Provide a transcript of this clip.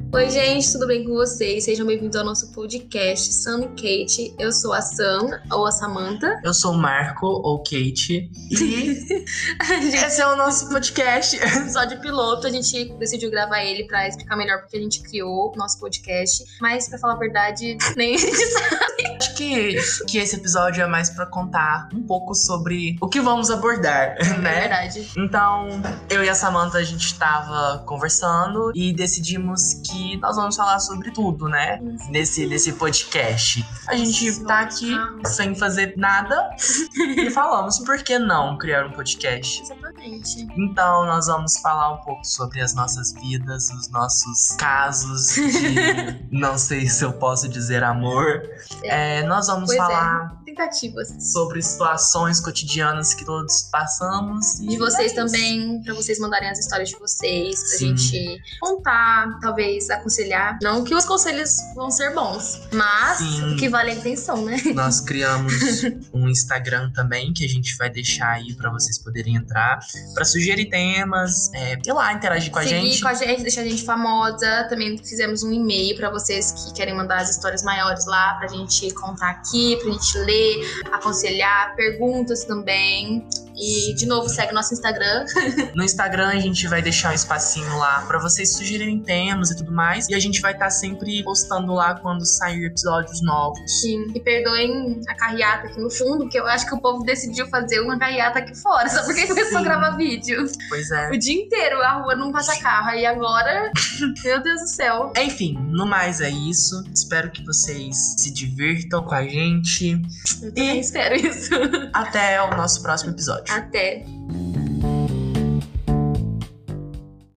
Oi, gente, tudo bem com vocês? Sejam bem-vindos ao nosso podcast Sam e Kate. Eu sou a Sam, ou a Samantha. Eu sou o Marco, ou Kate. E esse é o nosso podcast. Só de piloto, a gente decidiu gravar ele pra explicar melhor porque a gente criou o nosso podcast. Mas, pra falar a verdade, nem a gente sabe. Acho que esse episódio é mais pra contar um pouco sobre o que vamos abordar, né? É verdade. Então, eu e a Samantha, a gente tava conversando e decidimos que nós vamos falar sobre tudo, né? Nesse podcast. A gente tá aqui sem fazer nada e falamos, por que não criar um podcast? Exatamente. Então, nós vamos falar um pouco sobre as nossas vidas, os nossos casos de não sei se eu posso dizer amor. Nós vamos falar tentativas sobre situações cotidianas que todos passamos. De vocês também, pra vocês mandarem as histórias de vocês, pra gente contar, talvez aconselhar. Não que os conselhos vão ser bons, mas o que vale é a intenção, né? Nós criamos um Instagram também, que a gente vai deixar aí pra vocês poderem entrar, pra sugerir temas, ir lá, interagir com a gente. Seguir com a gente, deixar a gente famosa. Também fizemos um e-mail pra vocês que querem mandar as histórias maiores lá, pra gente contar aqui, pra gente ler, aconselhar, perguntas também. E, de novo, segue nosso Instagram. No Instagram, a gente vai deixar um espacinho lá pra vocês sugerirem temas e tudo mais. E a gente vai estar sempre postando lá quando sair episódios novos. Sim. E perdoem a carreata aqui no fundo, porque eu acho que o povo decidiu fazer uma carreata aqui fora, só porque começou a gravar vídeo. Pois é. O dia inteiro a rua não passa carro. E agora, meu Deus do céu. Enfim, no mais é isso. Espero que vocês se divirtam com a gente. Eu também espero isso. Até o nosso próximo episódio. Até.